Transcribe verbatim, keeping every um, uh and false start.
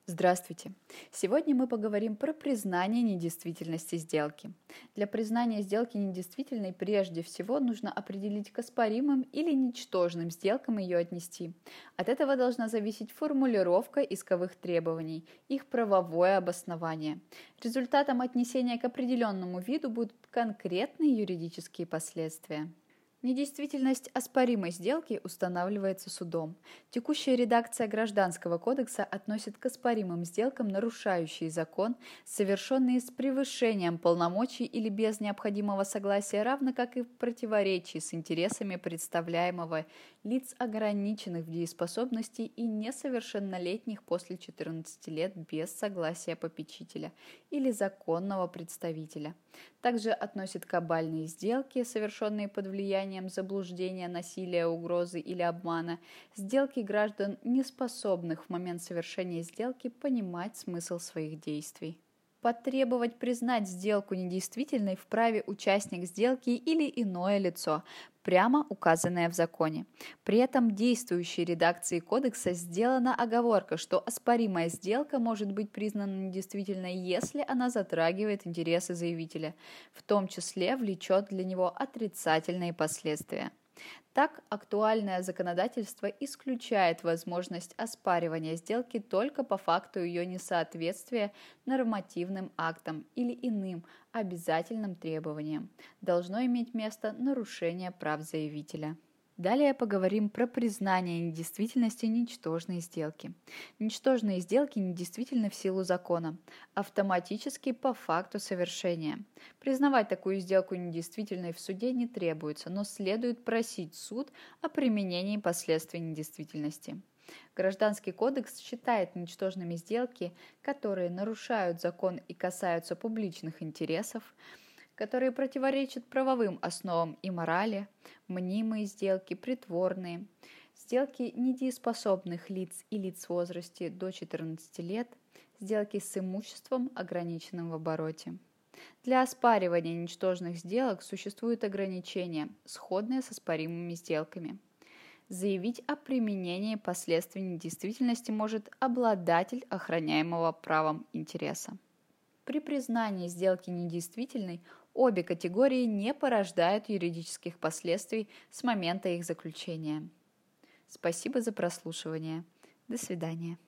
Здравствуйте! Сегодня мы поговорим про признание недействительности сделки. Для признания сделки недействительной прежде всего нужно определить, к оспоримым или ничтожным сделкам ее отнести. От этого должна зависеть формулировка исковых требований, их правовое обоснование. Результатом отнесения к определенному виду будут конкретные юридические последствия. Недействительность оспоримой сделки устанавливается судом. Текущая редакция Гражданского кодекса относит к оспоримым сделкам нарушающие закон, совершенные с превышением полномочий или без необходимого согласия, равно как и в противоречии с интересами представляемого лиц, ограниченных в дееспособности и несовершеннолетних после четырнадцати лет без согласия попечителя или законного представителя. Также относит кабальные сделки, совершенные под влиянием заблуждения, насилия, угрозы или обмана, сделки граждан, не способных в момент совершения сделки понимать смысл своих действий. Потребовать признать сделку недействительной вправе участник сделки или иное лицо, прямо указанное в законе. При этом действующей редакцией кодекса сделана оговорка, что оспоримая сделка может быть признана недействительной, если она затрагивает интересы заявителя, в том числе влечет для него отрицательные последствия. Так, актуальное законодательство исключает возможность оспаривания сделки только по факту ее несоответствия нормативным актам или иным обязательным требованиям. Должно иметь место нарушение прав заявителя. Далее поговорим про признание недействительности ничтожной сделки. Ничтожные сделки недействительны в силу закона, автоматически по факту совершения. Признавать такую сделку недействительной в суде не требуется, но следует просить суд о применении последствий недействительности. Гражданский кодекс считает ничтожными сделки, которые нарушают закон и касаются публичных интересов, которые противоречат правовым основам и морали, мнимые сделки, притворные, сделки недееспособных лиц и лиц в возрасте до четырнадцати лет, сделки с имуществом, ограниченным в обороте. Для оспаривания ничтожных сделок существуют ограничения, сходные с оспоримыми сделками. Заявить о применении последствий недействительности может обладатель охраняемого правом интереса. При признании сделки недействительной обе категории не порождают юридических последствий с момента их заключения. Спасибо за прослушивание. До свидания.